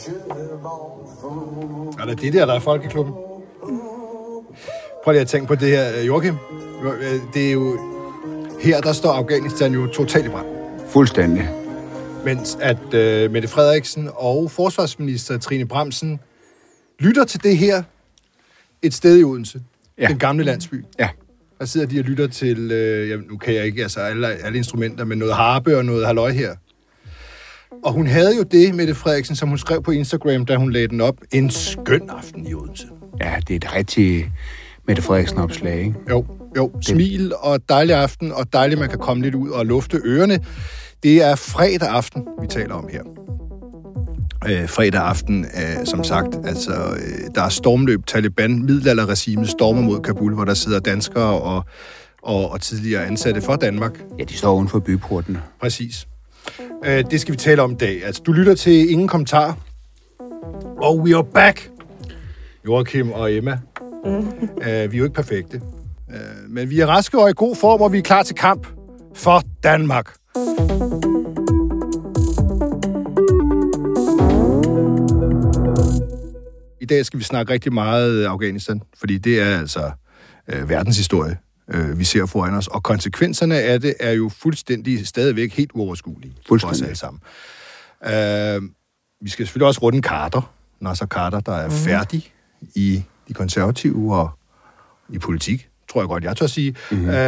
Er det der er Folkeklubben? Prøv lige at tænke på det her, Joachim. Det er jo... Her, der står Afghanistan jo totalt i brand. Fuldstændig. Mens at Mette Frederiksen og forsvarsminister Trine Bramsen lytter til det her et sted i Odense. Ja. Den gamle landsby. Ja. Der sidder de og lytter til, nu kan jeg ikke alle instrumenter, men noget harpe og noget halløj her. Og hun havde jo det, Mette Frederiksen, som hun skrev på Instagram, da hun lagde den op. En skøn aften i Odense. Ja, det er et rigtigt Mette Frederiksen-opslag, ikke? Jo. Smil og dejlig aften, og dejligt, man kan komme lidt ud og lufte ørerne. Det er fredag aften, vi taler om her. Fredag aften, som sagt, altså, der er stormløb. Taliban, middelalderregimet, stormer mod Kabul, hvor der sidder danskere og tidligere ansatte for Danmark. Ja, de står uden for byportene. Præcis. Det skal vi tale om i dag. Altså, du lytter til Ingen Kommentar. Og we are back! Joachim og Emma. Vi er jo ikke perfekte. Men vi er raske og i god form, og vi er klar til kamp for Danmark. I dag skal vi snakke rigtig meget Afghanistan, fordi det er altså verdenshistorie, vi ser foran os. Og konsekvenserne af det er jo fuldstændig stadigvæk helt uoverskuelige for os alle sammen. Vi skal selvfølgelig også runde Carter, Nasser Carter, der er færdig i de konservative og i politik, tror jeg godt, jeg tør sige.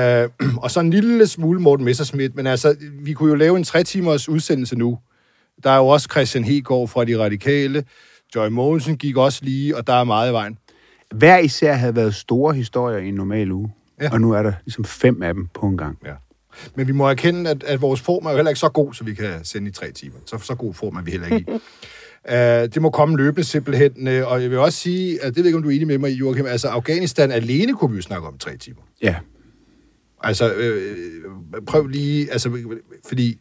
Og så en lille smule Morten Messerschmidt, men altså, vi kunne jo lave en 3-timers udsendelse nu. Der er jo også Christian Hegård fra De Radikale, Joy Mogensen gik også lige, og der er meget i vejen. Hver især havde været store historier i en normal uge, og nu er der ligesom 5 af dem på en gang. Ja. Men vi må erkende, at vores form er jo heller ikke så god, så vi kan sende i 3 timer. Så god form er vi heller ikke i. Det må komme løbende simpelthen, og jeg vil også sige, at det ved ikke, om du er enig med mig, Joachim, altså Afghanistan alene kunne vi jo snakke om 3 timer. Ja. Altså, prøv lige, altså, fordi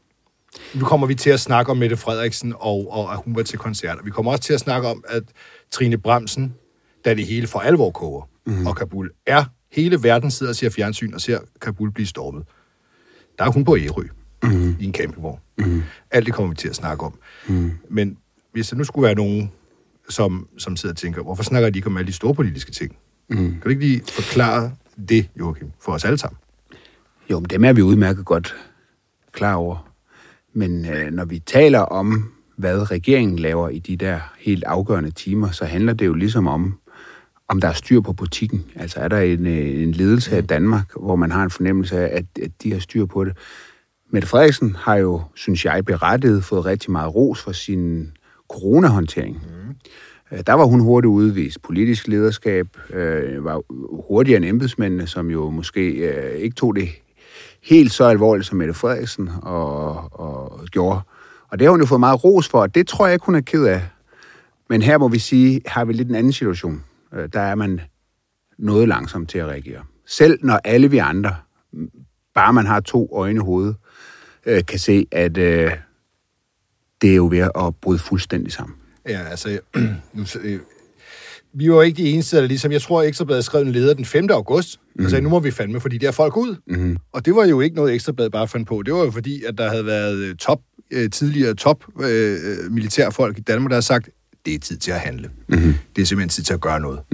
nu kommer vi til at snakke om Mette Frederiksen, og at hun var til koncerter. Vi kommer også til at snakke om, at Trine Bramsen, da det hele for alvor koger, og Kabul er, hele verden sidder og ser fjernsyn og ser Kabul blive stormet. Der er hun på Ærø, i en campingvogn. Alt det kommer vi til at snakke om. Men hvis der nu skulle være nogen, som sidder og tænker, hvorfor snakker de ikke om alle de store politiske ting? Kan du ikke lige forklare det, Joachim, for os alle sammen? Jo, men dem er vi udmærket godt klar over. Men når vi taler om, hvad regeringen laver i de der helt afgørende timer, så handler det jo ligesom om der er styr på butikken. Altså er der en ledelse af Danmark, hvor man har en fornemmelse af, at de har styr på det. Mette Frederiksen har jo, synes jeg, berettiget fået rigtig meget ros for sin coronahåndtering. Der var hun hurtigt udvist politisk lederskab, var hurtigere end embedsmændene, som jo måske ikke tog det helt så alvorligt som Mette Frederiksen og gjorde. Og det har hun jo fået meget ros for, og det tror jeg ikke, hun er ked af. Men her må vi sige, har vi lidt en anden situation. Der er man noget langsom til at reagere. Selv når alle vi andre, bare man har 2 øjne i hovedet, kan se, at det er jo ved at bryde fuldstændig sammen. Ja, altså, vi var ikke de eneste, der ligesom, jeg tror, Ekstrabladet skrev en leder den 5. august, og sagde, nu må vi fandme, fordi der er folk ud. Og det var jo ikke noget Ekstrabladet bare fandt på. Det var jo fordi, at der havde været tidligere militærfolk i Danmark, der har sagt, det er tid til at handle. Det er simpelthen tid til at gøre noget.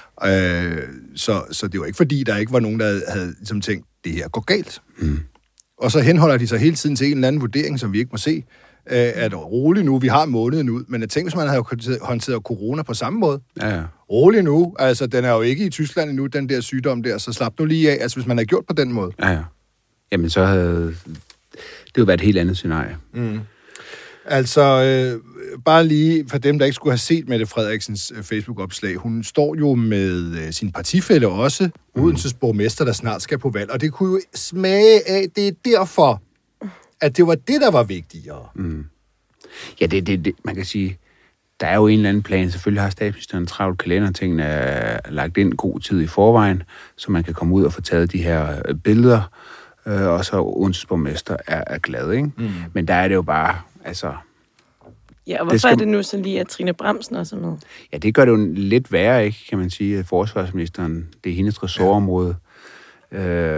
Så det var ikke fordi, der ikke var nogen, der havde ligesom tænkt, det her går galt. Og så henholder de sig hele tiden til en eller anden vurdering, som vi ikke må se, at rolig nu, vi har måneden ud, men jeg tænker, hvis man havde håndteret corona på samme måde. Ja. Rolig nu, altså den er jo ikke i Tyskland endnu, den der sygdom der, så slap nu lige af, altså hvis man havde gjort på den måde. Ja. Jamen så havde det jo været et helt andet scenarie. Altså, bare lige for dem, der ikke skulle have set Mette Frederiksens Facebook-opslag, hun står jo med sin partifælle også, Odenses borgmester, der snart skal på valg, og det kunne jo smage af, det er derfor, at det var det, der var vigtigere. Ja, det man kan sige, der er jo en eller anden plan. Selvfølgelig har statsministeren en travlt kalender, tingene er lagt ind god tid i forvejen, så man kan komme ud og få taget de her billeder, og så Odenses borgmester er glad, ikke? Men der er det jo bare, altså... Ja, og hvorfor er det nu så lige, at Trine Bramsen også er med? Ja, det gør det jo lidt værre, ikke, kan man sige, at forsvarsministeren, det er hendes ressortområde.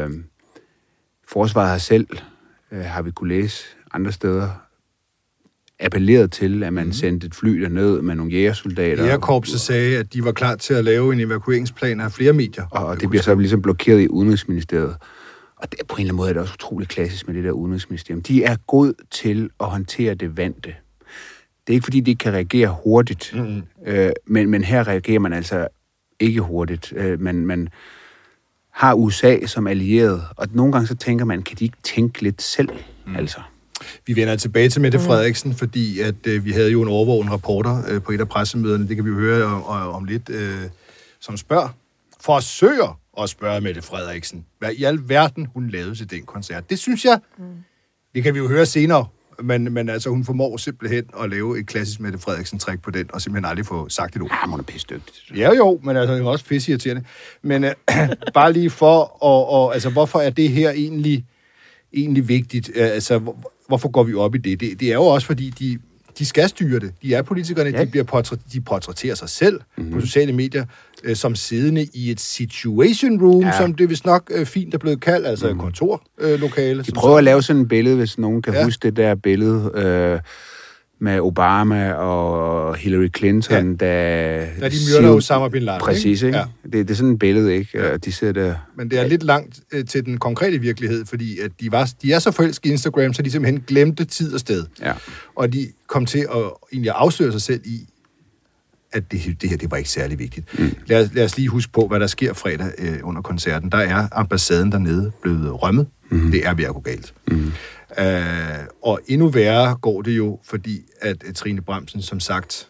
Forsvaret har selv, har vi kunne læse andre steder, appelleret til, at man sendte et fly derned med nogle jægersoldater. Jægerkorpset sagde, at de var klar til at lave en evakueringsplan af flere medier. Og det bliver så ligesom blokeret i Udenrigsministeriet. Og det, på en eller anden måde er det også utroligt klassisk med det der Udenrigsministerium. De er god til at håndtere det vante. Det er ikke, fordi de ikke kan reagere hurtigt, men her reagerer man altså ikke hurtigt. Man har USA som allieret, og nogle gange så tænker man, kan de ikke tænke lidt selv, altså? Vi vender tilbage til Mette Frederiksen, fordi at vi havde jo en overvågen reporter på et af pressemøderne, det kan vi jo høre om lidt, som forsøger at spørge Mette Frederiksen, hvad i alverden hun lavede til den koncert. Det synes jeg, det kan vi jo høre senere, men altså hun formår simpelthen at lave et klassisk Mette Frederiksen-træk på den, og simpelthen aldrig få sagt et ord. Ja, hun er pissedygtig. Ja jo, men altså, det er også pisseirriterende. Men bare lige for, altså hvorfor er det her egentlig vigtigt? Altså, hvorfor går vi op i det? Det er jo også, fordi de skal styre det. De er politikerne, ja. De portrætterer sig selv på sociale medier som siddende i et situation room, som det vist nok fint er blevet kaldt, altså kontorlokale. De prøver at lave sådan et billede, hvis nogen kan huske det der billede med Obama og Hillary Clinton, da de myrder Osama bin Laden. Præcis, ikke? Ja. Det er sådan et billede, ikke? Ja. De sidder der. Men det er lidt langt til den konkrete virkelighed, fordi at de er så forelskede i Instagram, så de simpelthen glemte tid og sted. Ja. Og de kom til at egentlig afsløre sig selv i, at det her, det var ikke særlig vigtigt. Lad os lige huske på, hvad der sker fredag under koncerten. Der er ambassaden dernede blevet rømmet. Det er ved at gå galt. Og endnu værre går det jo, fordi at Trine Bramsen, som sagt,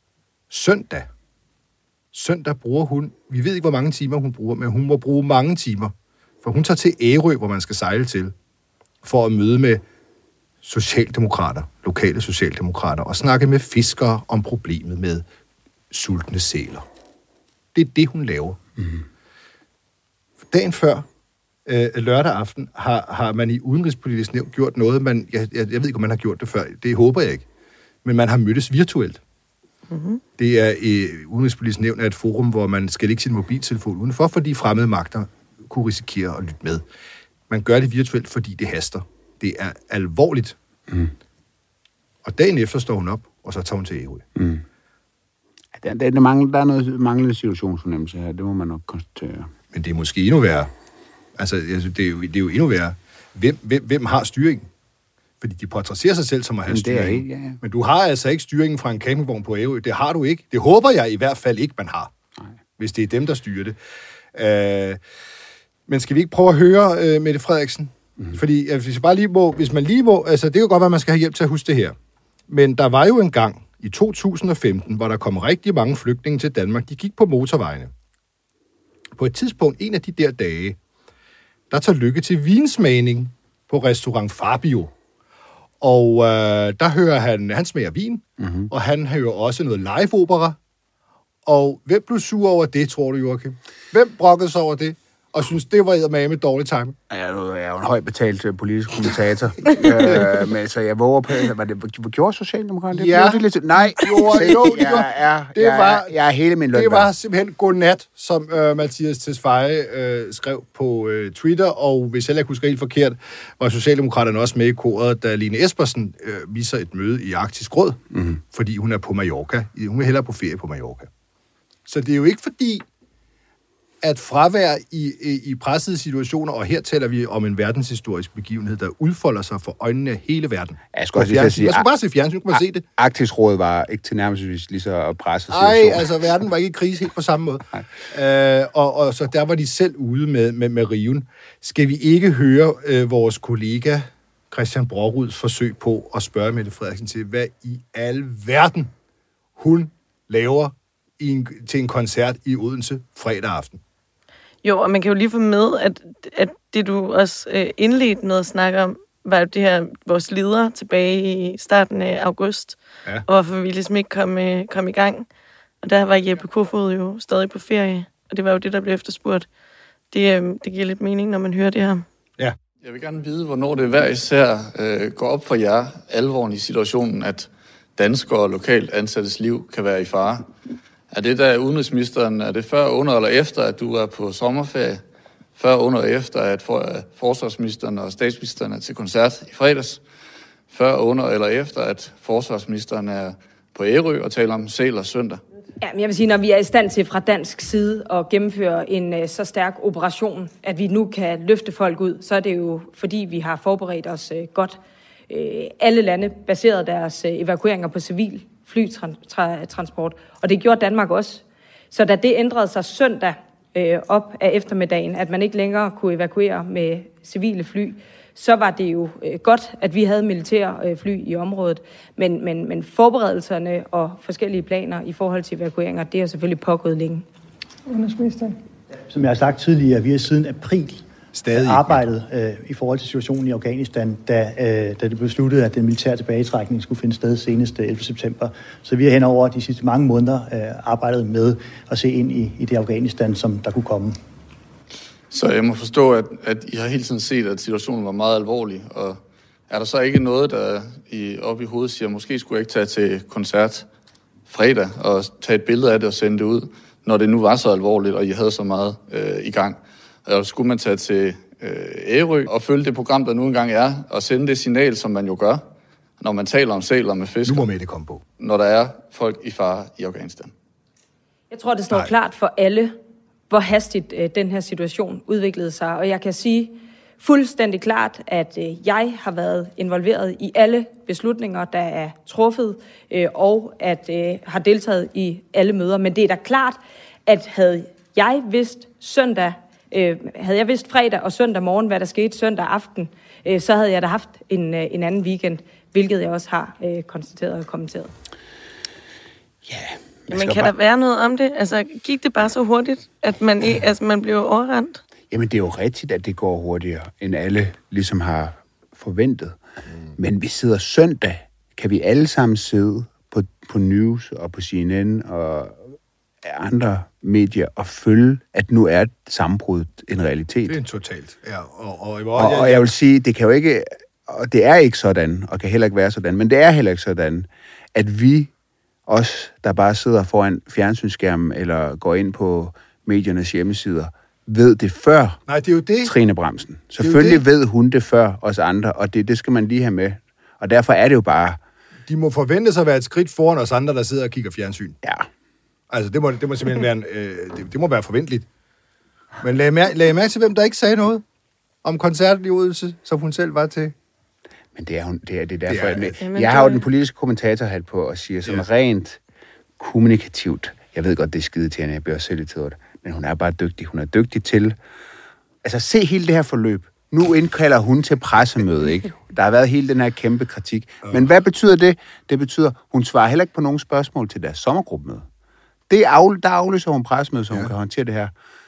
søndag bruger hun, vi ved ikke, hvor mange timer hun bruger, men hun må bruge mange timer, for hun tager til Ærø, hvor man skal sejle til, for at møde med socialdemokrater, lokale socialdemokrater, og snakke med fiskere om problemet med sultne sæler. Det er det, hun laver. Dagen før, lørdag aften, har man i Udenrigspolitisk Nævn gjort noget, jeg ved ikke, om man har gjort det før, det håber jeg ikke, men man har mødtes virtuelt. Det er Udenrigspolitisk Nævn er et forum, hvor man skal lægge sin mobiltelefon udenfor, fordi fremmede magter kunne risikere at lytte med. Man gør det virtuelt, fordi det haster. Det er alvorligt. Og dagen efter står hun op, og så tager hun til Ærø. Der er noget manglende situationsfornemmelse her, det må man nok konstatere. Men det er måske endnu værre. Altså, det er jo endnu værre. Hvem har styringen? Fordi de portrætterer sig selv som at have styringen. Ja. Men du har altså ikke styringen fra en campingvogn på Ærø. Det har du ikke. Det håber jeg i hvert fald ikke, man har. Nej. Hvis det er dem, der styrer det. Men skal vi ikke prøve at høre Mette Frederiksen? Fordi hvis man lige må, altså det kan godt være, at man skal have hjælp til at huske det her. Men der var jo en gang i 2015, hvor der kom rigtig mange flygtninge til Danmark. De gik på motorvejene. På et tidspunkt, en af de der dage, der tager Lykke til vinsmagning på restaurant Fabio. Og der hører han smager vin, og han hører også noget live-opera. Og hvem blev sur over det, tror du, Joachim? Hvem brokkede sig over det? Og synes, det var eddermame dårlig timing? Jeg er jo en højt betalt politisk kommentator. Men så jeg våger på, gjorde Socialdemokraterne? Ja. Det lidt... Nej. Jeg er hele min løn. Det var simpelthen godnat, som Mathias Tesfaye skrev på Twitter, og hvis jeg ikke husker helt forkert, var Socialdemokraterne også med i koret, da Line Espersen viser et møde i Arktisk Råd, fordi hun er på Mallorca. Hun er hellere på ferie på Mallorca. Så det er jo ikke fordi, at fravær i pressede situationer, og her taler vi om en verdenshistorisk begivenhed, der udfolder sig for øjnene af hele verden. Jeg skulle bare se fjernsyn, kunne man se det. Arktisk Råd var ikke tilnærmelsesvis lige så presset situation. Nej, altså verden var ikke i krise helt på samme måde. Og så der var de selv ude med riven. Skal vi ikke høre vores kollega Christian Broruds forsøg på at spørge Mette Frederiksen til, hvad i alverden hun laver til en koncert i Odense fredag aften? Jo, og man kan jo lige få med, at det du også indledte med at snakke om, var jo det her, vores leder tilbage i starten af august, og hvorfor vi ligesom ikke kom i gang. Og der var Jeppe Kofod jo stadig på ferie, og det var jo det, der blev efterspurgt. Det giver lidt mening, når man hører det her. Ja. Jeg vil gerne vide, hvornår det hver især går op for jer, alvoren i situationen, at danskere og lokalt ansattes liv kan være i fare. Er det der udenrigsministeren, er det før, under eller efter, at du er på sommerferie? Før, under og efter, at forsvarsministeren og statsministeren er til koncert i fredags? før, under eller efter, at forsvarsministeren er på Ærø og taler om sæler søndag? Ja, men jeg vil sige, når vi er i stand til fra dansk side at gennemføre en så stærk operation, at vi nu kan løfte folk ud, så er det jo fordi, vi har forberedt os godt. Alle lande baserede deres evakueringer på civil flytransport, og det gjorde Danmark også. Så da det ændrede sig søndag op af eftermiddagen, at man ikke længere kunne evakuere med civile fly, så var det jo godt, at vi havde militære fly i området. Men forberedelserne og forskellige planer i forhold til evakueringer, det er selvfølgelig pågået længe. Udenrigsministeren. Som jeg har sagt tidligere, vi har siden april arbejdet i forhold til situationen i Afghanistan, da det blev besluttet, at den militære tilbagetrækning skulle finde sted senest 11. september. Så vi har henover de sidste mange måneder arbejdet med at se ind i det Afghanistan, som der kunne komme. Så jeg må forstå, at I har hele tiden set, at situationen var meget alvorlig, og er der så ikke noget, der op i hovedet siger, måske skulle jeg ikke tage til koncert fredag og tage et billede af det og sende det ud, når det nu var så alvorligt, og I havde så meget i gang? Og skulle man tage til Ærø og følge det program, der nu engang er, og sende det signal, som man jo gør, når man taler om sæler med fisk? Nu må med det komme på. Når der er folk i fare i Afghanistan. Jeg tror, det står klart for alle, hvor hastigt den her situation udviklede sig. Og jeg kan sige fuldstændig klart, at jeg har været involveret i alle beslutninger, der er truffet, og at har deltaget i alle møder. Men det er da klart, at havde jeg vidst fredag og søndag morgen, hvad der skete søndag aften, så havde jeg da haft en anden weekend, hvilket jeg også har konstateret og kommenteret. Ja. Men kan der være noget om det? Altså, gik det bare så hurtigt, at man blev overrendt? Jamen, det er jo rigtigt, at det går hurtigere, end alle ligesom har forventet. Men vi sidder søndag, kan vi alle sammen sidde på News og på CNN og andre medier og følge, at nu er et sammenbrud en realitet. Det er totalt, ja. Og jeg vil sige, det kan jo ikke, og det er ikke sådan, og kan heller ikke være sådan, men det er heller ikke sådan, at vi, os, der bare sidder foran fjernsynsskærmen eller går ind på mediernes hjemmesider, ved det før. Nej, det er jo det. Trine Bramsen. Selvfølgelig ved hun det før os andre, og det skal man lige have med. Og derfor er det jo bare... De må forvente sig at være et skridt foran os andre, der sidder og kigger fjernsyn. Ja. Altså, det må simpelthen være det må være forventeligt. Men lad mærke til, hvem der ikke sagde noget om koncerten i Odense, som hun selv var til. Men det er derfor, jeg har jo den politiske kommentatorhat på og siger sådan rent kommunikativt. Jeg ved godt, det er skideirriterende, jeg bliver også selv irriteret, men hun er bare dygtig. Hun er dygtig til... Altså, se hele det her forløb. Nu indkalder hun til pressemøde, ikke? Der har været hele den her kæmpe kritik. Men hvad betyder det? Det betyder, hun svarer heller ikke på nogen spørgsmål til deres sommergruppemøde. Der aflyser hun pressemøde, så hun kan håndtere det her.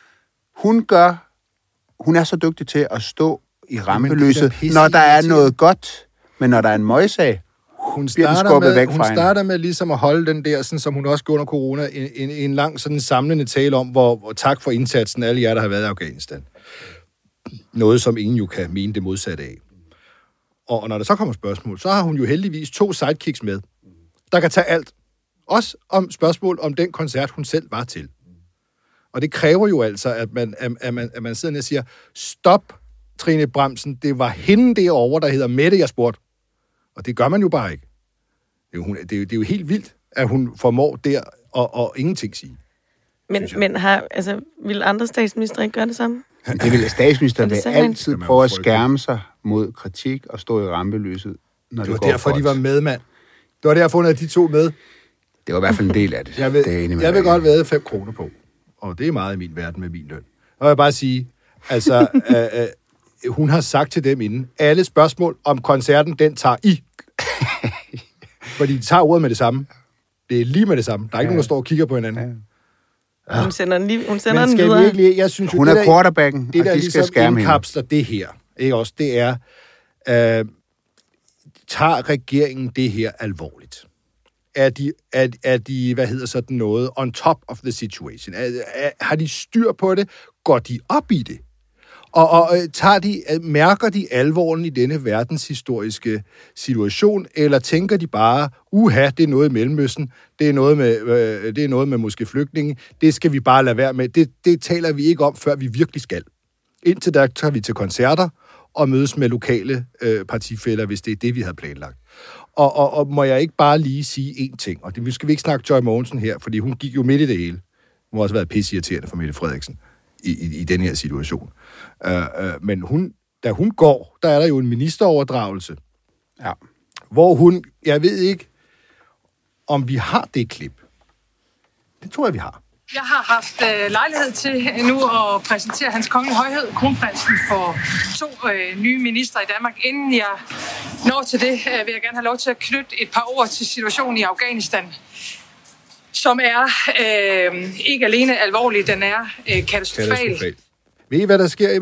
Hun er så dygtig til at stå i rampelyset, når der er noget godt, men når der er en møgssag, hun starter med ligesom at holde den der, sådan som hun også gjorde under corona, en lang sådan samlende tale om, hvor tak for indsatsen alle jer, der har været i Afghanistan. Noget, som ingen jo kan mene det modsatte af. Og når der så kommer spørgsmål, så har hun jo heldigvis 2 sidekicks med, der kan tage alt. Også om spørgsmål om den koncert, hun selv var til. Og det kræver jo altså, at man sidder ned og siger, stop, Trine Bramsen, det var hende derovre, der hedder Mette, jeg spurgte. Og det gør man jo bare ikke. Det er jo helt vildt, at hun formår der og ingenting sige. Men vil andre statsminister ikke gøre det samme? Det vil statsministeren altid prøve at skærme sig mod kritik og stå i rampelyset, når det går. Det var derfor, de var med, mand. Det var derfor, hun havde de 2 med. Det var i hvert fald en del af det. Jeg vil godt væde 5 kroner på. Og det er meget i min verden med min løn. Og jeg vil bare sige, altså, hun har sagt til dem inden, alle spørgsmål om koncerten, den tager I. Fordi de tager ordet med det samme. Det er lige med det samme. Der er ikke nogen, der står og kigger på hinanden. Ja. Hun sender den videre. Jeg synes, hun er quarterbacken, det der og de skal skærme hende. Indkapsler det her, ikke også, det er, tager regeringen det her alvorligt? Er de, hvad hedder sådan noget, on top of the situation? Har de styr på det? Går de op i det? Og mærker de alvoren i denne verdenshistoriske situation, eller tænker de bare, det er noget i Mellemøsten, det er noget med måske flygtninge, det skal vi bare lade være med. Det taler vi ikke om, før vi virkelig skal. Indtil der tager vi til koncerter, og mødes med lokale partifæller, hvis det er det, vi havde planlagt. Og må jeg ikke bare lige sige én ting, og det skal vi ikke snakke Joy Mogensen her, fordi hun gik jo midt i det hele. Hun har også været pisseirriterende for Mette Frederiksen i den her situation. Men da hun går, der er der jo en ministeroverdragelse, hvor hun, jeg ved ikke, om vi har det klip. Det tror jeg, vi har. Jeg har haft lejlighed til nu at præsentere Hans Kongelige Højhed, kronprinsen, for 2 nye ministre i Danmark. Inden jeg når til det, vil jeg gerne have lov til at knytte et par ord til situationen i Afghanistan, som er ikke alene alvorlig, den er katastrofal. Ved I, hvad der sker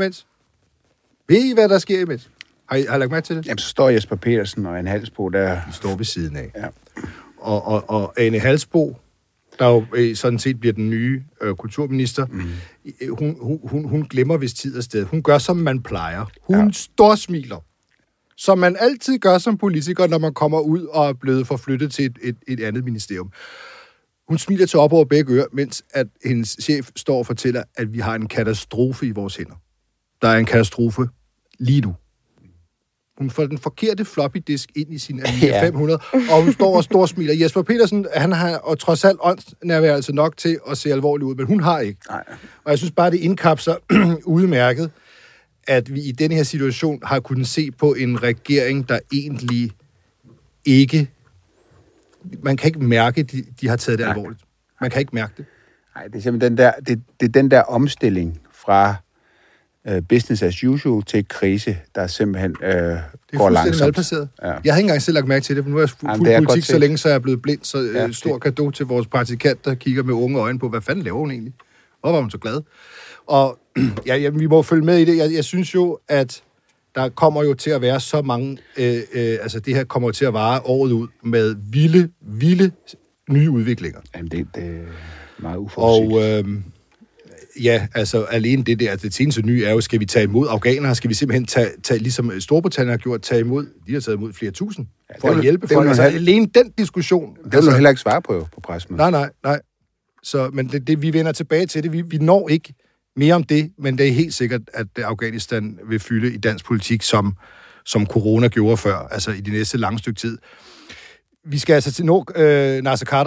imens? Har I lagt mærke til det? Jamen, så står Jesper Petersen og Ane Halsbo der. De står ved siden af. Ja. Og Ane Halsbo, der jo sådan set bliver den nye kulturminister, hun glemmer vist tid og sted. Hun gør, som man plejer. Hun storsmiler. Som man altid gør som politiker, når man kommer ud og er blevet forflyttet til et andet ministerium. Hun smiler til op over begge ører, mens at hendes chef står og fortæller, at vi har en katastrofe i vores hænder. Der er en katastrofe lige nu. Hun får den forkerte floppy disk ind i sin Amiga 500, og hun står og storsmiler. Jesper Petersen, han har og trods alt åndsnærværelse nok til at se alvorligt ud, men hun har ikke. Nej. Og jeg synes bare, det indkapsler udmærket, at vi i denne her situation har kunnet se på en regering, der egentlig ikke... Man kan ikke mærke, de har taget det alvorligt. Man kan ikke mærke det. Nej, det er simpelthen det er den der omstilling fra business as usual til krise, der simpelthen går langsomt. Ja. Jeg havde ikke engang selv lagt mærke til det, men nu er jeg fuld politik så længe, så jeg er blevet blind. Så stor cadeau til vores praktikant, der kigger med unge øjne på, hvad fanden laver hun egentlig? Hvor var hun så glad? Og vi må følge med i det. Jeg synes jo, at der kommer jo til at være så mange... altså, det her kommer til at vare året ud med vilde nye udviklinger. Jamen, det er meget uforudsigeligt. Og altså alene det der, det seneste nye er jo, skal vi tage imod afghanere? Skal vi simpelthen tage ligesom Storbritannien har gjort, tage imod? De har taget imod flere tusind for at hjælpe folk. Altså, alene den diskussion... Det vil du heller ikke svare på pressemødet. Nej. Så, men vi vender tilbage til det. Vi når ikke mere om det, men det er helt sikkert, at Afghanistan vil fylde i dansk politik, som corona gjorde før, altså i de næste lange stykke tid. Vi skal altså til Naser Khader.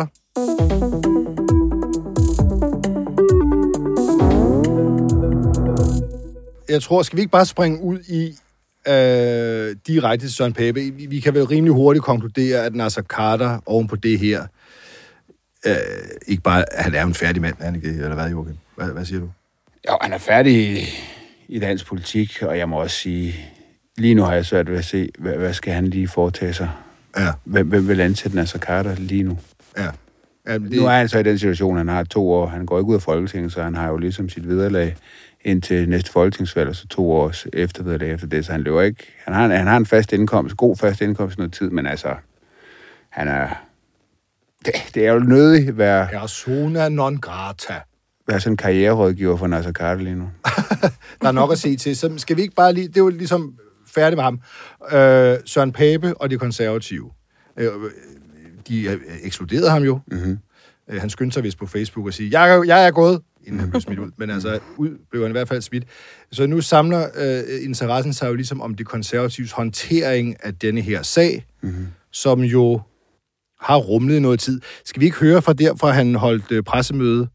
Jeg tror, skal vi ikke bare springe ud i direkte til Søren Pape? Vi kan vel rimelig hurtigt konkludere, at Naser Khader oven på det her, ikke bare, han er en færdig mand, han ikke, eller hvad, Joachim? Hvad siger du? Jo, han er færdig i dansk politik, og jeg må også sige, lige nu har jeg svært ved at se, hvad skal han lige foretage sig? Ja. Hvem vil ansætte Naser Khader lige nu? Ja. Nu er han så i den situation, han har 2 år. Han går ikke ud af Folketinget, så han har jo ligesom sit vederlag indtil næste folketingsvalg, og så 2 års eftervederlag efter det, så han løber ikke. Han har en fast indkomst, god fast indkomst noget tid, men altså, han er... Det er jo nødig være... Persona non grata. Være sådan en karriererådgiver for Naser Khader lige nu. Der er nok at se til. Så skal vi ikke bare lige... Det er jo ligesom færdigt med ham. Søren Pape og de konservative. De ekskluderede ham jo. Mm-hmm. Han skyndte sig vist på Facebook og sige, jeg er gået, inden han blev smidt ud. Men altså, ud blev han i hvert fald smidt. Så nu samler interessen sig jo ligesom om de konservatives håndtering af denne her sag, som jo har rumlet noget tid. Skal vi ikke høre fra derfra, han holdt pressemøde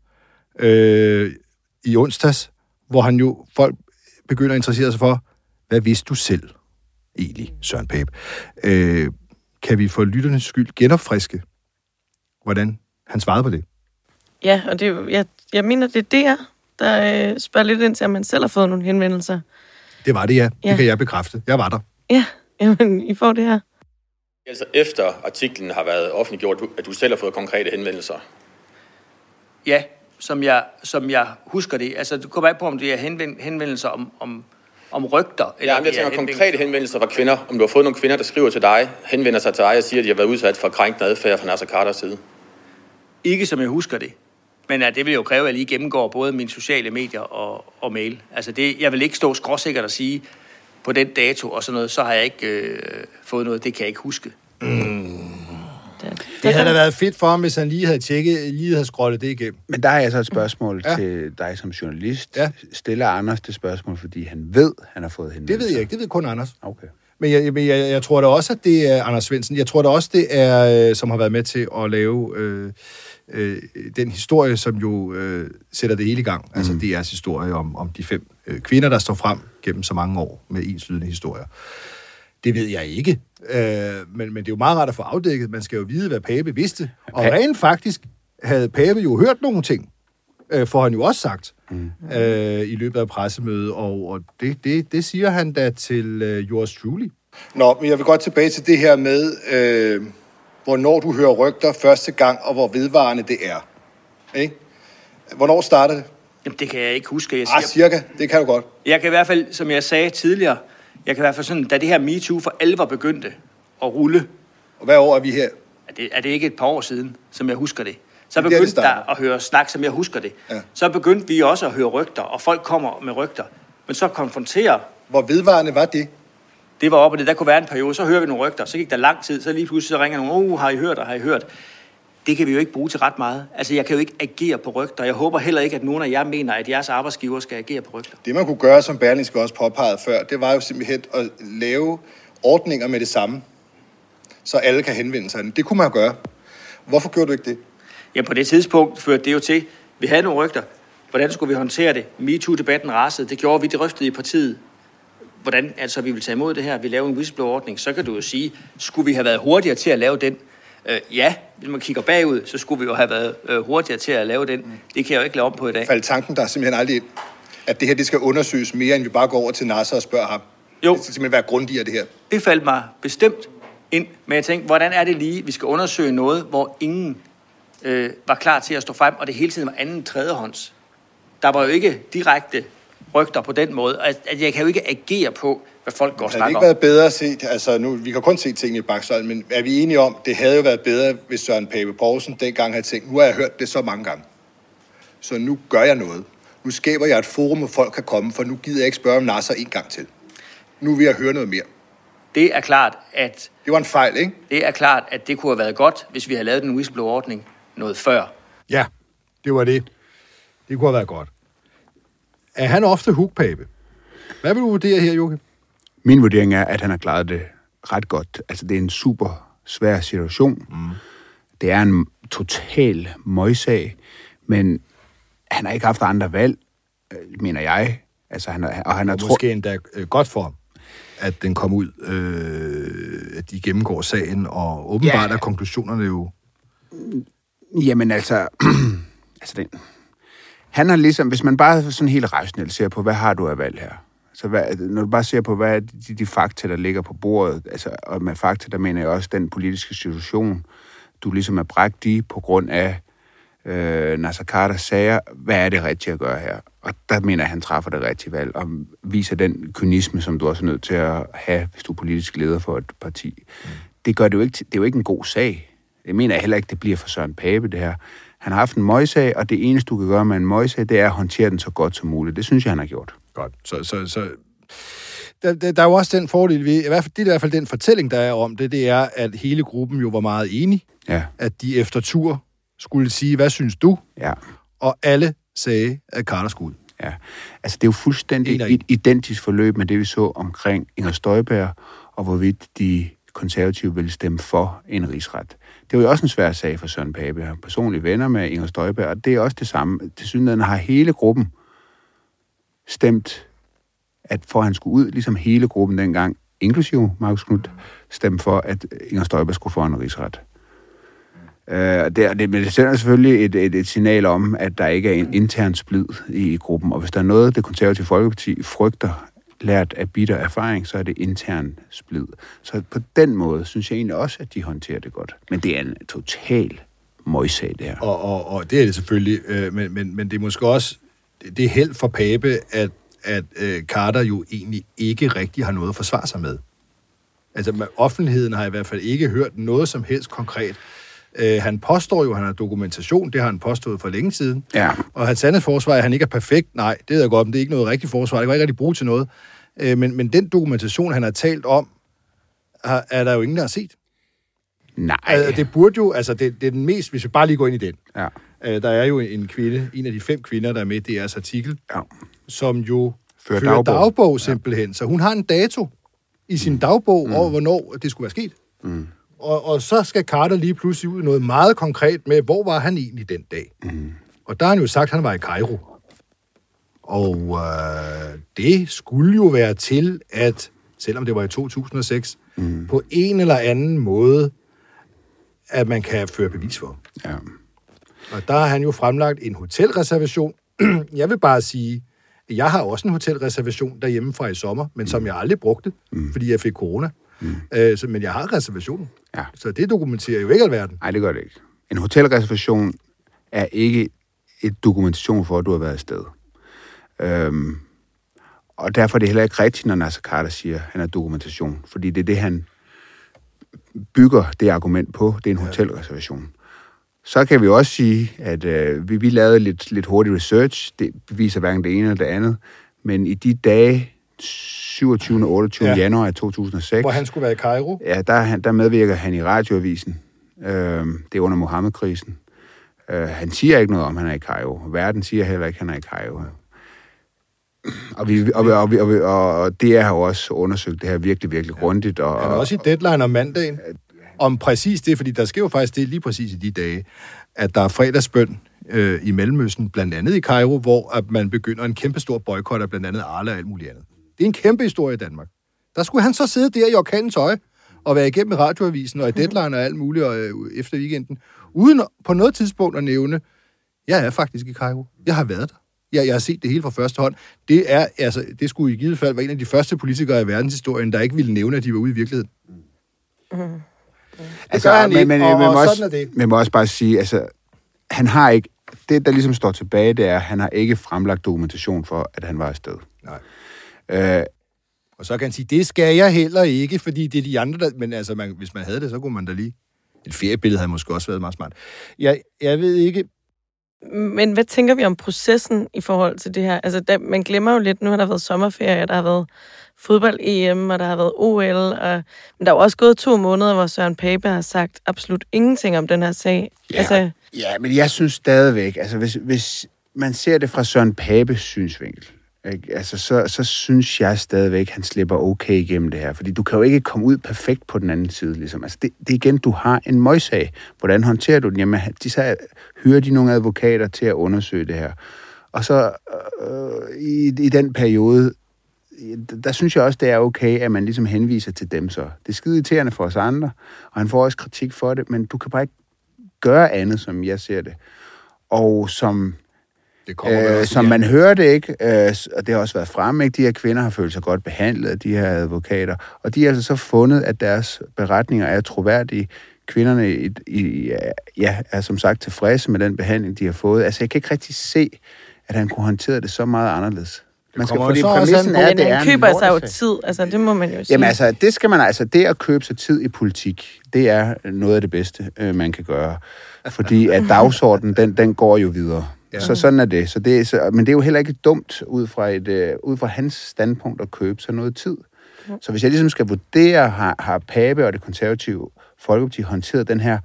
i onsdags, hvor han jo, folk begynder at interessere sig for, hvad vidste du selv egentlig, Søren Pape? Kan vi for lytternes skyld genopfriske, hvordan han svarede på det? Ja, og det er jo, jeg mener, det er der spørger lidt ind til, om man selv har fået nogle henvendelser. Det var det, ja. Det kan jeg bekræfte. Jeg var der. Ja, jamen, I får det her. Altså efter artiklen har været offentliggjort, at du selv har fået konkrete henvendelser? Ja, som jeg husker det. Altså, du kommer af på, om det er henvendelser om rygter. Eller jeg tænker konkrete henvendelser fra kvinder. Om du har fået nogle kvinder, der skriver til dig, henvender sig til dig og siger, at de har været udsat for krænkende adfærd fra Naser Khaders side. Ikke som jeg husker det. Men det vil jo kræve, at jeg lige gennemgår både mine sociale medier og mail. Altså det, jeg vil ikke stå skråsikkert og sige, på den dato og sådan noget, så har jeg ikke fået noget. Det kan jeg ikke huske. Det Det havde da været fedt for ham, hvis han lige havde scrollet det igennem. Men der har jeg så et spørgsmål til dig som journalist. Ja. Stiller Anders det spørgsmål, fordi han ved, han har fået henvendelser? Det ved jeg ikke. Det ved kun Anders. Okay. Men jeg tror da også, at det er Anders Svendsen. Jeg tror da også, det er, som har været med til at lave den historie, som jo sætter det hele i gang. Altså DR's historie om de 5 kvinder, der står frem gennem så mange år med enslydende historier. Det ved jeg ikke. Men det er jo meget rart at få afdækket. Man skal jo vide, hvad Pape vidste. Og rent faktisk havde Pape jo hørt nogle ting, får han jo også sagt i løbet af pressemødet. Og det siger han da til yours truly. Nå, men jeg vil godt tilbage til det her med, hvornår du hører rygter første gang, og hvor vedvarende det er. Ikke? Hvornår starter det? Jamen, det kan jeg ikke huske. Cirka. Det kan du godt. Jeg kan i hvert fald, som jeg sagde tidligere, da det her MeToo for alvor begyndte at rulle. Og hvad år er vi her? Er det ikke et par år siden, som jeg husker det? Så begyndte der at høre snak, som jeg husker det. Ja. Så begyndte vi også at høre rygter, og folk kommer med rygter. Men så konfronterer... Hvor vedvarende var det? Det var oppe, der kunne være en periode, så hører vi nogle rygter, så gik der lang tid, så lige pludselig så ringer nogen, har I hørt, og har I hørt? Det kan vi jo ikke bruge til ret meget. Altså, jeg kan jo ikke agere på rygter. Jeg håber heller ikke, at nogen af jer mener, at jeres arbejdsgiver skal agere på rygter. Det man kunne gøre, som Berlingske også påpegede før, det var jo simpelthen at lave ordninger med det samme, så alle kan henvende sig. Det kunne man gøre. Hvorfor gjorde du ikke det? Ja, på det tidspunkt førte det jo til, vi havde nogle rygter. Hvordan skulle vi håndtere det? MeToo-debatten rasede. Det gjorde vi, det rystede i partiet. Hvordan altså vi vil tage imod det her? Vi laver en whistleblower-ordning. Så kan du jo sige, skulle vi have været hurtigere til at lave den? Ja, hvis man kigger bagud, så skulle vi jo have været hurtigere til at lave den. Det kan jeg jo ikke lave om på i dag. Faldt tanken der simpelthen aldrig ind, at det her det skal undersøges mere, end vi bare går over til Nasser og spørger ham? Jo. Det skal simpelthen være grundigere, det her. Det faldt mig bestemt ind, men jeg tænkte, hvordan er det lige, vi skal undersøge noget, hvor ingen var klar til at stå frem, og det hele tiden var anden tredjehånds. Der var jo ikke direkte rygter på den måde, at jeg kan jo ikke agere på, hvad folk går og snakker om. Havde det ikke været bedre set, altså nu, vi kan kun se tingene i bakspejlet, men er vi enige om, det havde jo været bedre, hvis Søren Pape Poulsen dengang havde tænkt, nu har jeg hørt det så mange gange, så nu gør jeg noget. Nu skaber jeg et forum, hvor folk kan komme, for nu gider jeg ikke spørge om Nasser en gang til. Nu vil jeg høre noget mere. Det er klart, at... Det var en fejl, ikke? Det er klart, at det kunne have været godt, hvis vi havde lavet den whistleblower-ordning noget før. Ja, det var det. Det kunne have været godt. Er han ofte hookpape? Hvad vil du vurdere her, Joachim? Min vurdering er, at han har klaret det ret godt. Altså, det er en super svær situation. Det er en total møgsag, men han har ikke haft andre valg, mener jeg. Altså, han har måske endda godt for ham, at den kom ud, at de gennemgår sagen, og åbenbart er konklusionerne jo... Jamen altså... Han har ligesom, hvis man bare sådan helt rationelt ser på, hvad har du af valg her? Så når du bare ser på, hvad er de fakta, der ligger på bordet, altså, og med fakta, der mener jeg også den politiske situation, du ligesom er bragt i på grund af Naser Khaders sager, hvad er det rigtige at gøre her? Og der mener jeg, han træffer det rigtige valg, og viser den kynisme, som du også er nødt til at have, hvis du er politisk leder for et parti. Det gør det jo ikke, det er jo ikke en god sag. Jeg mener heller ikke, det bliver for Søren Pape, det her. Han har haft en møgsag, og det eneste, du kan gøre med en møgsag, det er at håndtere den så godt som muligt. Det synes jeg, han har gjort. Godt. Så der er jo også den fordel ved, det er i hvert fald den fortælling, der er om det, det er, at hele gruppen jo var meget enige. Ja. At de efter tur skulle sige, hvad synes du? Ja. Og alle sagde, at Carter skulle. Ja. Altså, det er jo fuldstændig et identisk forløb med det, vi så omkring Inger Støjberg, og hvorvidt de konservative ville stemme for en rigsret. Det var jo også en svær sag for Søren Pape. Jeg har personlige venner med Inger Støjberg, og det er også det samme. Tilsyneladende har hele gruppen stemt, at for at han skulle ud, ligesom hele gruppen dengang, inklusive Marcus Knudt, stemte for, at Inger Støjberg skulle få en rigsret. Det sender selvfølgelig et signal om, at der ikke er en intern splid i gruppen, og hvis der er noget, det konservative Folkeparti frygter, lært af bitter erfaring, så er det intern splid. Så på den måde synes jeg egentlig også, at de håndterer det godt. Men det er en total møgsag, det her. Og det er det selvfølgelig, men det er måske også, det er held for Pape, at Carter jo egentlig ikke rigtig har noget at forsvare sig med. Altså, offentligheden har i hvert fald ikke hørt noget som helst konkret. Han påstår jo, at han har dokumentation. Det har han påstået for længe siden. Ja. Og hans andet forsvar er, at han ikke er perfekt. Nej, det ved jeg godt, men det er ikke noget rigtigt forsvar. Det kan ikke rigtig bruge til noget. Men den dokumentation, han har talt om, er der jo ingen, der har set. Nej. Det burde jo, altså det er den mest, hvis vi bare lige går ind i den. Ja. Der er jo en kvinde, en af de 5 kvinder, der er med i DR's artikel, som jo fører dagbog simpelthen. Ja. Så hun har en dato i sin dagbog over, hvornår det skulle være sket. Mm. Og så skal Carter lige pludselig ud noget meget konkret med, hvor var han egentlig den dag. Mm. Og der har han jo sagt, at han var i Kairo. Og det skulle jo være til, at selvom det var i 2006, på en eller anden måde, at man kan føre bevis for. Ja. Og der har han jo fremlagt en hotelreservation. Jeg vil bare sige, at jeg har også en hotelreservation derhjemme fra i sommer, men som jeg aldrig brugte, fordi jeg fik corona. Men jeg har reservationen. Ja. Så det dokumenterer jo ikke alverden. Nej, det gør det ikke. En hotelreservation er ikke et dokumentation for, at du har været afsted. Og derfor er det heller ikke rigtigt, når Naser Khader siger, at han er dokumentation. Fordi det er det, han bygger det argument på. Det er en hotelreservation. Så kan vi også sige, at vi lavede lidt hurtig research. Det beviser hverken det ene eller det andet. Men i de dage, 27. og 28. januar 2006... Hvor han skulle være i Kairo? Ja, der medvirker han i radioavisen. Det er under Mohammed-krisen. Han siger ikke noget om, han er i Kairo. Verden siger heller ikke, han er i Kairo. Og det har jo også undersøgt det her virkelig, virkelig grundigt. Han er også i Deadline om mandagen. Om præcis det, fordi der sker jo faktisk det lige præcis i de dage, at der er fredagsbøn i Mellemøsten, blandt andet i Kairo, hvor at man begynder en kæmpestor boykot af blandt andet Arla og alt muligt andet. Det er en kæmpe historie i Danmark. Der skulle han så sidde der i orkanens øje og være igennem radioavisen og i Deadline og alt muligt efter weekenden, uden på noget tidspunkt at nævne, jeg er faktisk i Kairo. Jeg har været der. Jeg har set det hele fra første hånd. Det skulle i givet fald være en af de første politikere i verdenshistorien, der ikke ville nævne, at de var ude i virkeligheden. Man må også bare sige, altså, han har ikke, det der ligesom står tilbage, det er, at han har ikke fremlagt dokumentation for, at han var afsted. Nej. Og så kan han sige, det skal jeg heller ikke, fordi det er de andre, men altså, hvis man havde det, så kunne man da lige... Et feriebillede havde måske også været meget smart. Jeg ved ikke... Men hvad tænker vi om processen i forhold til det her? Altså, man glemmer jo lidt, nu har der været sommerferie, der har været fodbold-EM, og der har været OL, men der er jo også gået 2 måneder, hvor Søren Pape har sagt absolut ingenting om den her sag. Ja, men jeg synes stadigvæk, altså hvis man ser det fra Søren Papes synsvinkel, ikke? Altså, så synes jeg stadigvæk, han slipper okay igennem det her. Fordi du kan jo ikke komme ud perfekt på den anden side. Ligesom. Altså, det igen, du har en møgssag. Hvordan håndterer du den? Jamen, så hyrer de nogle advokater til at undersøge det her. Og så i den periode, der synes jeg også, det er okay, at man ligesom henviser til dem så. Det er skide irriterende for os andre, og han får også kritik for det, men du kan bare ikke gøre andet, som jeg ser det. Og som man hører det ikke, og det har også været fremme, ikke? De her kvinder har følt sig godt behandlet af de her advokater, og de har altså så fundet, at deres beretninger er troværdige. Kvinderne er som sagt tilfredse med den behandling, de har fået. Altså, jeg kan ikke rigtig se, at han kunne håndtere det så meget anderledes. Man skal, fordi præmissen er, det han køber sig jo tid, altså det må man jo sige. Jamen altså, det skal man altså, det at købe sig tid i politik, det er noget af det bedste, man kan gøre. Fordi at dagsordenen, den går jo videre. Ja. Så sådan er det. Men det er jo heller ikke dumt ud fra hans standpunkt at købe sig noget tid. Så hvis jeg ligesom skal vurdere, har Pape og det konservative Folkeparti håndteret den her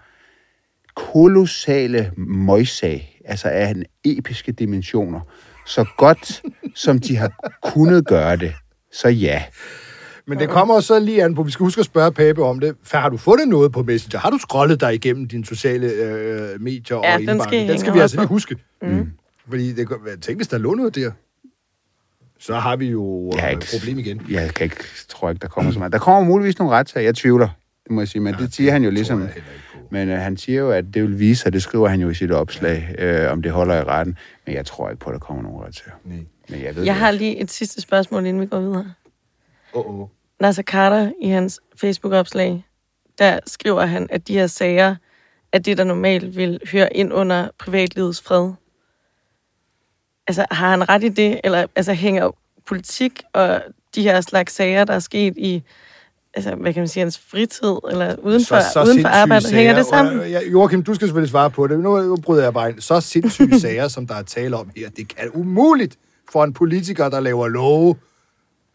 kolossale møgssag, altså af en episke dimensioner, så godt som de har kunnet gøre det, så ja. Men det kommer så lige an på, vi skal huske at spørge Pape om det. Har du fundet noget på Messenger? Har du scrollet dig igennem dine sociale medier og indbakken? Den skal vi altså lige huske. Fordi tænk, hvis der lå noget der, så har vi jo et problem igen. Jeg tror ikke, der kommer så meget. Der kommer muligvis nogle retssager. Jeg tvivler, det må jeg sige. Men det siger han jo ligesom. Men han siger jo, at det vil vise sig, det skriver han jo i sit opslag, om det holder i retten. Men jeg tror ikke på, at der kommer nogle retssager. Men jeg har lige et sidste spørgsmål, inden vi går videre. Naser Khader i hans Facebook-opslag, der skriver han, at de her sager er det, der normalt vil høre ind under privatlivets fred. Altså, har han ret i det? Eller altså, hænger politik og de her slags sager, der er sket i, altså, hvad kan man sige, hans fritid, eller uden for arbejdet, hænger det sammen? Joachim, du skal selvfølgelig svare på det. Nu bryder jeg bare ind. Så sindssyge sager, som der er tale om her, det kan umuligt for en politiker, der laver love,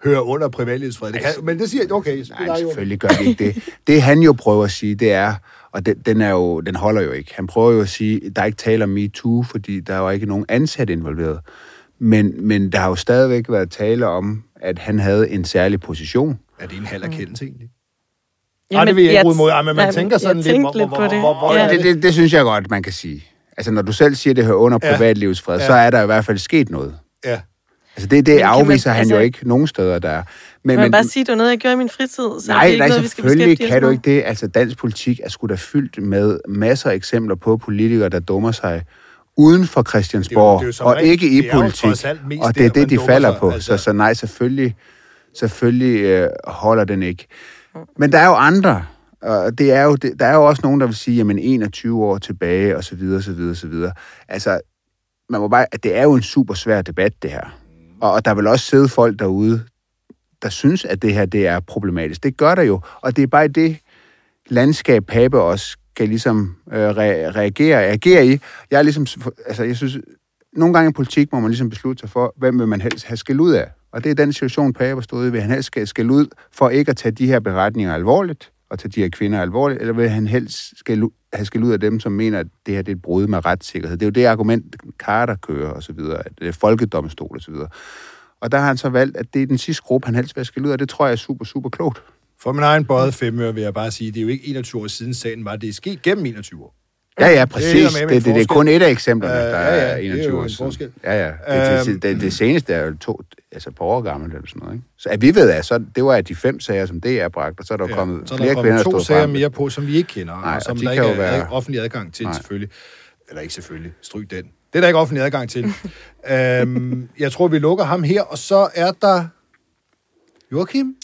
hører under privatlivsfred. Men det siger okay. Nej, selvfølgelig gør det ikke det. Det han jo prøver at sige, det er, og den holder jo ikke. Han prøver jo at sige, der er ikke tale om MeToo, fordi der er jo ikke nogen ansat involveret. Men der har jo stadigvæk været tale om, at han havde en særlig position. Er det en halv erkendelse egentlig? Ja, det vil jeg ikke ud mod. Men man tænker sådan lidt... Det synes jeg godt, man kan sige. Altså, når du selv siger, det hører under privatlivsfred, så er der i hvert fald sket noget. Ja. Altså, det afviser han jo ikke nogen steder, der er. Men bare sige, det var noget, jeg gjorde i min fritid, så nej, det er ikke noget, vi skal selvfølgelig kan du ikke det. Altså, dansk politik er sgu da fyldt med masser af eksempler på politikere, der dummer sig uden for Christiansborg, og ikke i politik. Og det er det, de falder på. Altså. Så nej, selvfølgelig holder den ikke. Men der er jo andre, og der er jo også nogen, der vil sige, jamen 21 år tilbage, og så videre, så videre, så videre. Altså, man må bare, det er jo en super svær debat, det her. Og der vil også sidde folk derude, der synes, at det her, det er problematisk. Det gør der jo, og det er bare det landskab, Pape også kan ligesom reagere i. Jeg er ligesom, altså jeg synes, nogle gange i politik må man ligesom beslutte sig for, hvem vil man helst have skæld ud af. Og det er den situation, Pape stod i. Vil han helst skæld ud for ikke at tage de her beretninger alvorligt, og tage de her kvinder alvorligt, eller vil han helst have skæld ud af dem, som mener, at det her det er et brud med retssikkerhed. Det er jo det argument, Carter kører, og så videre, at det er folkedomstol, og så videre. Og der har han så valgt, at det er den sidste gruppe, han helst vil have skæld ud af. Det tror jeg er super, super klogt. For min egen bøjet femøre vil jeg bare sige, det er jo ikke 21 år siden sagen var, det er sket gennem 21 år. Ja, præcis. Det er kun et af eksemplerne, der er 21 år siden. Det seneste er jo et par år gammelt eller sådan noget. Ikke? Så at vi ved af, så det var de 5 sager, som det er bragt, og så er der kommet flere kvinder, der stod 2 sager mere på, som vi ikke kender, nej, og som der ikke er offentlig adgang til, selvfølgelig. Eller ikke selvfølgelig, stryg den. Det er der ikke offentlig adgang til. Jeg tror, vi lukker ham her, og så er der Joachim.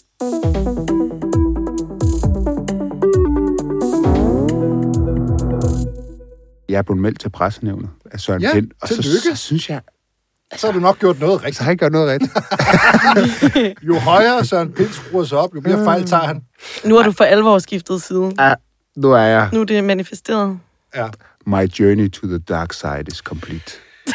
Jeg er blevet meldt til pressenævnet af Søren Pind, og så synes jeg... Så har du nok gjort noget rigtigt. Så har jeg gjort noget rigtigt. Jo højere Søren Pind skruer sig op, jo mere fejl tager han. Nu har du for alvor skiftet side. Ja, nu er jeg... Nu er det manifesteret. Ja. My journey to the dark side is complete.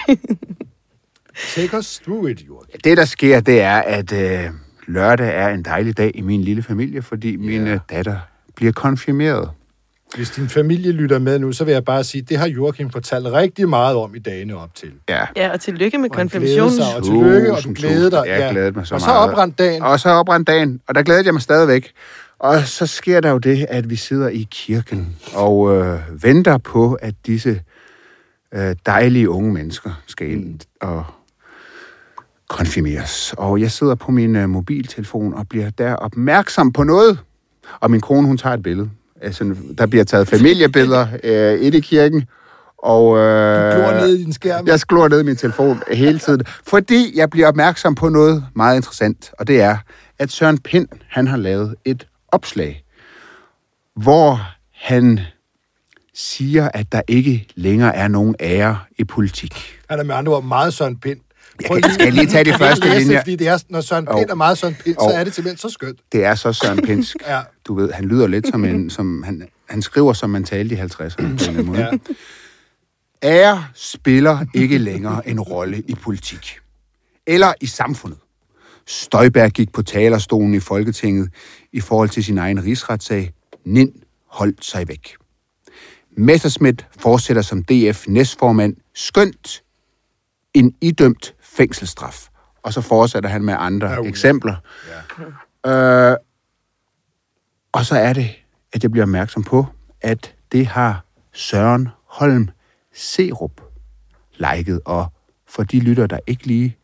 Take us through it, Joachim. Det, der sker, det er, at lørdag er en dejlig dag i min lille familie, fordi min datter bliver konfirmeret. Hvis din familie lytter med nu, så vil jeg bare sige, det har Joachim fortalt rigtig meget om i dagene op til. Ja, og tillykke med konfirmationen. Og tillykke, og du glæder dig. Jeg glæder mig så meget. Og så oprandt dagen. Og der glæder jeg mig stadigvæk. Og så sker der jo det, at vi sidder i kirken og venter på, at disse dejlige unge mennesker skal ind og konfirmeres. Og jeg sidder på min mobiltelefon og bliver der opmærksom på noget. Og min kone, hun tager et billede. Altså, der bliver taget familiebilleder inde i kirken, og du glor ned i din skærm. Jeg glor ned i min telefon hele tiden, fordi jeg bliver opmærksom på noget meget interessant, og det er, at Søren Pind, han har lavet et opslag, hvor han siger, at der ikke længere er nogen ære i politik. Han er med andre ord meget Søren Pind. Skal jeg lige tage de første linjer? Fordi det er, når Søren Pind er meget Søren Pind, så er det simpelthen så skønt. Det er så Søren Pindsk. Ja. Du ved, han lyder lidt som han skriver, som man talte i 50'erne. Ja. Ære spiller ikke længere en rolle i politik. Eller i samfundet. Støjberg gik på talerstolen i Folketinget i forhold til sin egen rigsretssag. Nind holdt sig væk. Messerschmidt fortsætter som DF næstformand. Skønt en idømt fængselsstraf. Og så fortsætter han med andre eksempler. Ja. Og så er det, at jeg bliver opmærksom på, at det har Søren Holm Serup liket. Og for de lytter, der ikke lige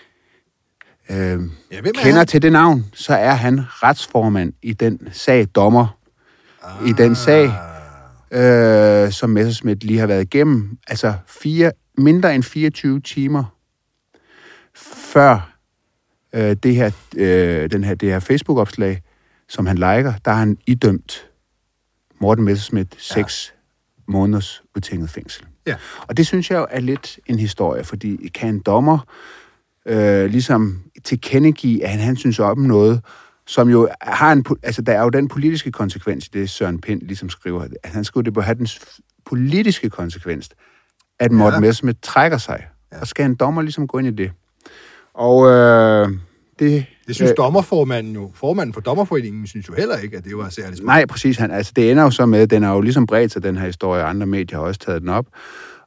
kender til det navn, så er han retsformand i den sag, dommer i den sag, som Messerschmidt lige har været igennem. Altså mindre end 24 timer før det her Facebook-opslag, som han liker, der har han idømt Morten Messerschmidt 6 måneders ubetinget fængsel. Ja. Og det synes jeg jo er lidt en historie, fordi kan en dommer ligesom tilkendegive, at han synes om noget, som jo har der er jo den politiske konsekvens i det, Søren Pind ligesom skriver. At han skriver, det bør have den politiske konsekvens, at Morten Messerschmidt trækker sig. Og skal en dommer ligesom gå ind i det? Og det Det synes dommerformanden jo. Formanden for dommerforeningen synes jo heller ikke, at det var særligt smart. Nej, præcis. Det ender jo så med, den er jo ligesom bredt sig, den her historie, og andre medier har også taget den op.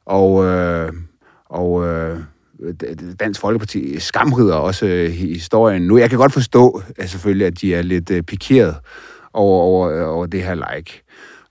Og Dansk Folkeparti skamrider også historien nu. Jeg kan godt forstå, at selvfølgelig, at de er lidt pikeret over det her like.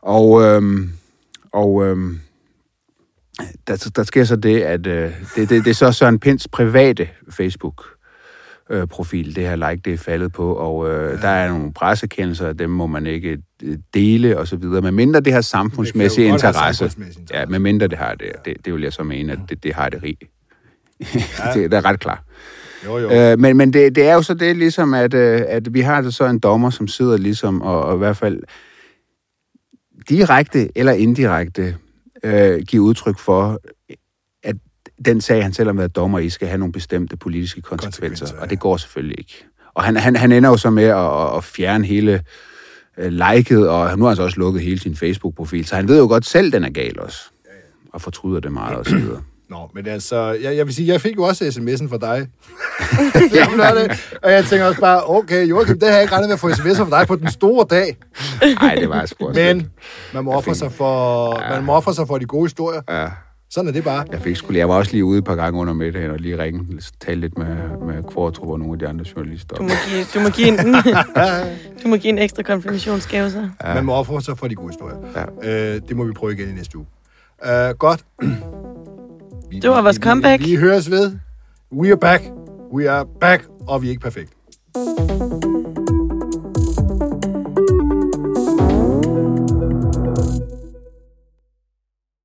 Der sker så det, at det er så Søren Pinds private Facebook-profil, det her like, det er faldet på, og der er nogle pressekendelser, dem må man ikke dele, og så videre, medmindre det har samfundsmæssig interesse. Ja, medmindre det har det. Det vil jeg så mene, at det har det rigt. Det er ret klart. Jo. Men det er jo så det ligesom, at vi har altså så en dommer, som sidder ligesom, og i hvert fald direkte eller indirekte giver udtryk for, at den sag, han selv har været dommer i, skal have nogle bestemte politiske konsekvenser, og det går selvfølgelig ikke. Og han ender jo så med at fjerne hele liket, og nu har han så også lukket hele sin Facebook-profil, så han ved jo godt selv, den er gal også, og fortryder det meget og så videre. Nå, men altså, jeg vil sige, jeg fik jo også sms'en fra dig. Og jeg tænker også bare, okay, Joachim, det har jeg ikke regnet med at få sms'er fra dig på den store dag. Nej, det var sgu også. Men man må ofre sig for de gode historier. Ja. Sådan er det bare. Jeg var også lige ude et par gange under middagen og lige ringe, tale lidt med Kvartrup og nogle af de andre journalister. Du må give en ekstra konfirmationsgave så. Ja. Man må ofre sig for de gode historier. Ja. Det må vi prøve igen i næste uge. Godt. Det var vores comeback. Vi høres ved. We are back, og vi er ikke perfekt.